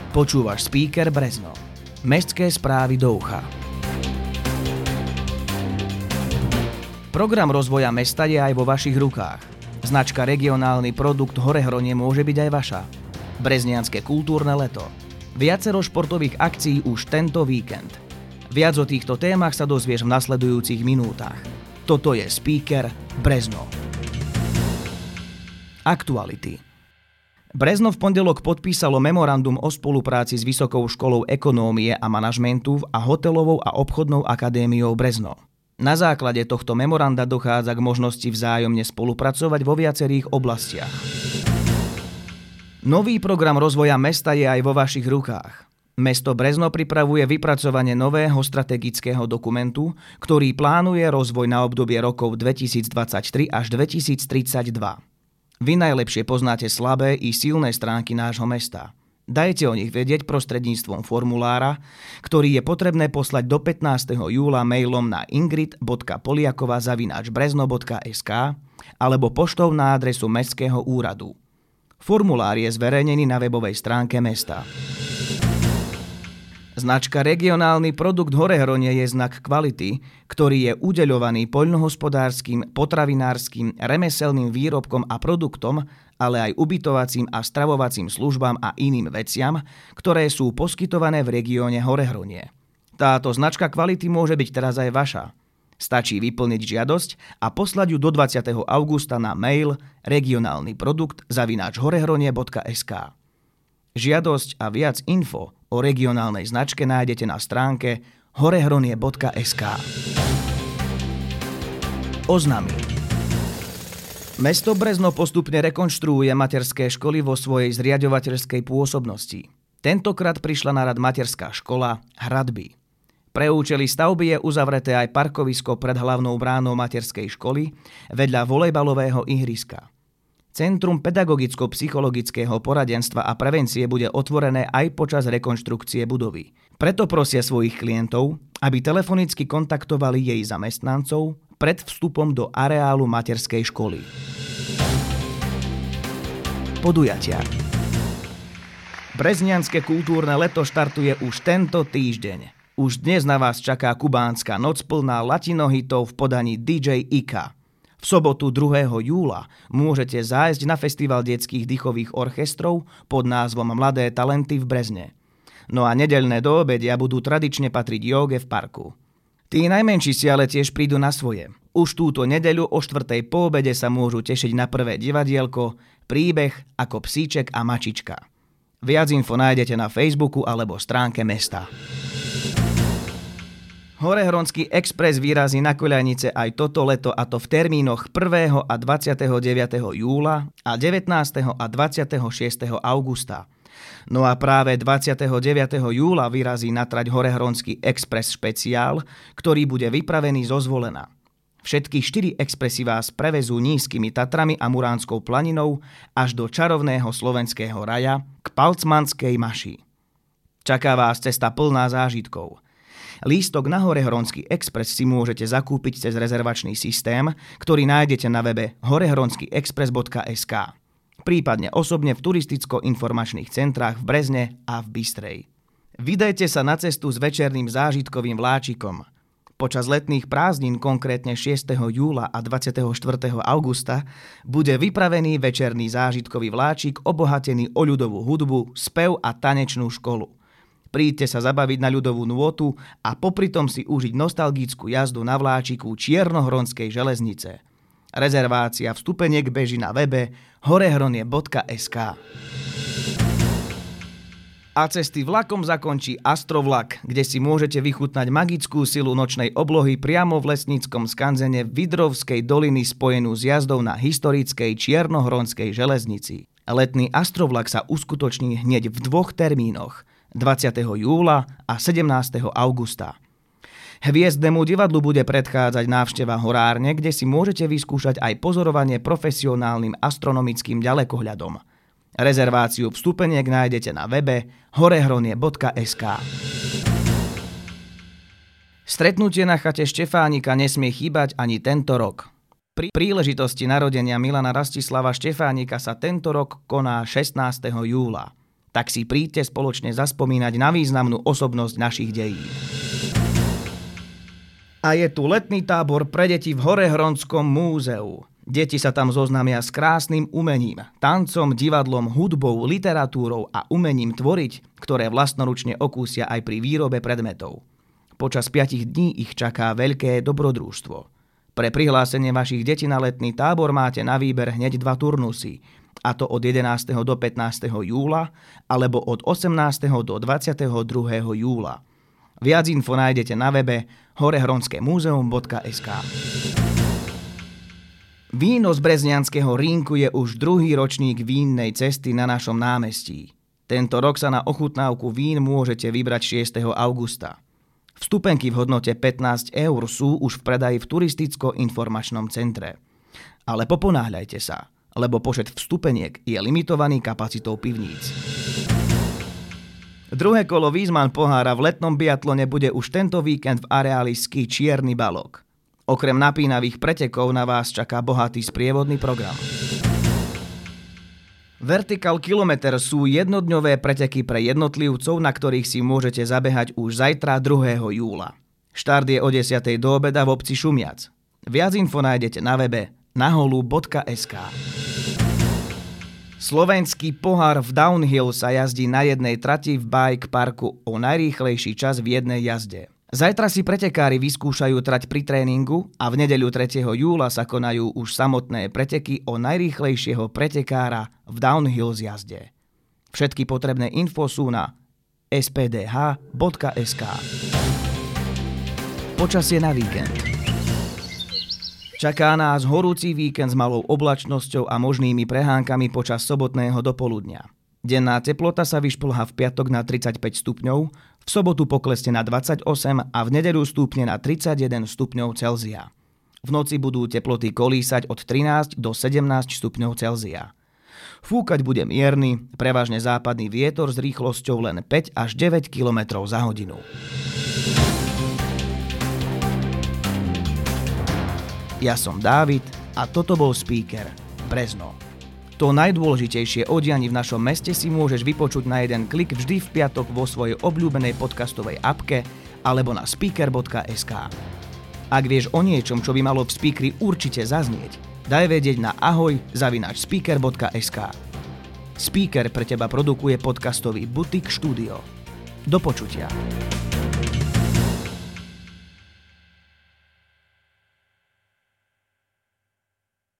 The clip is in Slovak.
Počúvaš Speaker Brezno. Mestské správy do ucha. Program rozvoja mesta je aj vo vašich rukách. Značka Regionálny produkt Horehronie môže byť aj vaša. Breznianske kultúrne leto. Viacero športových akcií už tento víkend. Viac o týchto témach sa dozvieš v nasledujúcich minútach. Toto je Speaker Brezno. Aktuality. Brezno v pondelok podpísalo memorandum o spolupráci s Vysokou školou ekonómie a manažmentu a Hotelovou a obchodnou akadémiou Brezno. Na základe tohto memoranda dochádza k možnosti vzájomne spolupracovať vo viacerých oblastiach. Nový program rozvoja mesta je aj vo vašich rukách. Mesto Brezno pripravuje vypracovanie nového strategického dokumentu, ktorý plánuje rozvoj na obdobie rokov 2023 až 2032. Vy najlepšie poznáte slabé i silné stránky nášho mesta. Dajte o nich vedieť prostredníctvom formulára, ktorý je potrebné poslať do 15. júla mailom na ingrid.poliakova@brezno.sk alebo poštou na adresu Mestského úradu. Formulár je zverejnený na webovej stránke mesta. Značka Regionálny produkt Horehronie je znak kvality, ktorý je udeľovaný poľnohospodárskym, potravinárskym, remeselným výrobkom a produktom, ale aj ubytovacím a stravovacím službám a iným veciam, ktoré sú poskytované v regióne Horehronie. Táto značka kvality môže byť teraz aj vaša. Stačí vyplniť žiadosť a poslať ju do 20. augusta na mail regionalnyprodukt@horehronie.sk. Žiadosť a viac info o regionálnej značke nájdete na stránke horehronie.sk. Oznámy. Mesto Brezno postupne rekonštruuje materské školy vo svojej zriaďovateľskej pôsobnosti. Tentokrát prišla na rad materská škola Hradby. Pre účely stavby je uzavreté aj parkovisko pred hlavnou bránou materskej školy vedľa volejbalového ihriska. Centrum pedagogicko-psychologického poradenstva a prevencie bude otvorené aj počas rekonštrukcie budovy. Preto prosia svojich klientov, aby telefonicky kontaktovali jej zamestnancov pred vstupom do areálu materskej školy. Podujatia. Breznianske kultúrne leto štartuje už tento týždeň. Už dnes na vás čaká kubánska noc plná latinohitov v podaní DJ Ika. V sobotu 2. júla môžete zájsť na festival detských dýchových orchestrov pod názvom Mladé talenty v Brezne. No a nedeľné doobedia budú tradične patriť jóge v parku. Tí najmenší si ale tiež prídu na svoje. Už túto nedeľu o 4. po obede sa môžu tešiť na prvé divadielko Príbeh ako psíček a mačička. Viac info nájdete na Facebooku alebo stránke mesta. Horehronský Express vyrazí na koľajnice aj toto leto, a to v termínoch 1. a 29. júla a 19. a 26. augusta. No a práve 29. júla vyrazí na trať Horehronský Express špeciál, ktorý bude vypravený zo Zvolena. Všetky 4 expresy vás prevezú nízkymi Tatrami a Muránskou planinou až do čarovného slovenského raja k Palcmanskej maši. Čaká vás cesta plná zážitkov. Lístok na Horehronský Express si môžete zakúpiť cez rezervačný systém, ktorý nájdete na webe horehronskyexpress.sk, prípadne osobne v turisticko-informačných centrách v Brezne a v Bystrej. Vydajte sa na cestu s večerným zážitkovým vláčikom. Počas letných prázdnin, konkrétne 6. júla a 24. augusta, bude vypravený večerný zážitkový vláčik obohatený o ľudovú hudbu, spev a tanečnú školu. Príďte sa zabaviť na ľudovú nôtu a popritom si užiť nostalgickú jazdu na vláčiku Čiernohronskej železnice. Rezervácia vstupeniek beží na webe horehronie.sk. A cesty vlakom zakončí Astrovlak, kde si môžete vychutnať magickú silu nočnej oblohy priamo v lesníckom skanzene Vidrovskej doliny spojenú s jazdou na historickej Čiernohronskej železnici. Letný Astrovlak sa uskutoční hneď v 2 termínoch, 20. júla a 17. augusta. Hviezdnemu divadlu bude predchádzať návšteva horárne, kde si môžete vyskúšať aj pozorovanie profesionálnym astronomickým ďalekohľadom. Rezerváciu vstupeniek nájdete na webe horehronie.sk. Stretnutie na chate Štefánika nesmie chýbať ani tento rok. Pri príležitosti narodenia Milana Rastislava Štefánika sa tento rok koná 16. júla. Tak si príďte spoločne zaspomínať na významnú osobnosť našich dejín. A je tu letný tábor pre deti v Horehronskom múzeu. Deti sa tam zoznámia s krásnym umením, tancom, divadlom, hudbou, literatúrou a umením tvoriť, ktoré vlastnoručne okúsia aj pri výrobe predmetov. Počas 5 dní ich čaká veľké dobrodružstvo. Pre prihlásenie vašich detí na letný tábor máte na výber hneď 2 turnusy, a to od 11. do 15. júla alebo od 18. do 22. júla. Viac info nájdete na webe horehronskemuzeum.sk. Víno z Brezňanského rínku je už 2. ročník vínnej cesty na našom námestí. Tento rok sa na ochutnávku vín môžete vybrať 6. augusta. Vstupenky v hodnote 15 eur sú už v predaji v turisticko-informačnom centre. Ale poponáhľajte sa, lebo počet vstupeniek je limitovaný kapacitou pivníc. Druhé kolo Wiesmann pohára v letnom biatlone bude už tento víkend v areáli ski Čierny Balog. Okrem napínavých pretekov na vás čaká bohatý sprievodný program. Vertical Kilometer sú jednodňové preteky pre jednotlivcov, na ktorých si môžete zabehať už zajtra 2. júla. Štart je o 10. do obeda v obci Šumiac. Viac info nájdete na webe naholu.sk. Slovenský pohár v downhill sa jazdí na jednej trati v bike parku o najrýchlejší čas v jednej jazde. Zajtra si pretekári vyskúšajú trať pri tréningu a v nedeľu 3. júla sa konajú už samotné preteky o najrýchlejšieho pretekára v downhill zjazde. Všetky potrebné info sú na spdh.sk. Počasie na víkend. Čaká nás horúci víkend s malou oblačnosťou a možnými prehánkami počas sobotného dopoludnia. Denná teplota sa vyšplhá v piatok na 35 stupňov, v sobotu poklesne na 28 a v nedeľu stúpne na 31 stupňov Celzia. V noci budú teploty kolísať od 13 do 17 stupňov Celzia. Fúkať bude mierny, prevažne západný vietor s rýchlosťou len 5 až 9 km za hodinu. Ja som Dávid a toto bol Speaker Brezno. To najdôležitejšie o dianí v našom meste si môžeš vypočuť na jeden klik vždy v piatok vo svojej obľúbenej podcastovej appke alebo na speaker.sk. Ak vieš o niečom, čo by malo v Speakeri určite zaznieť, daj vedieť na ahoj@speaker.sk. Speaker pre teba produkuje podcastový butik štúdio. Do počutia.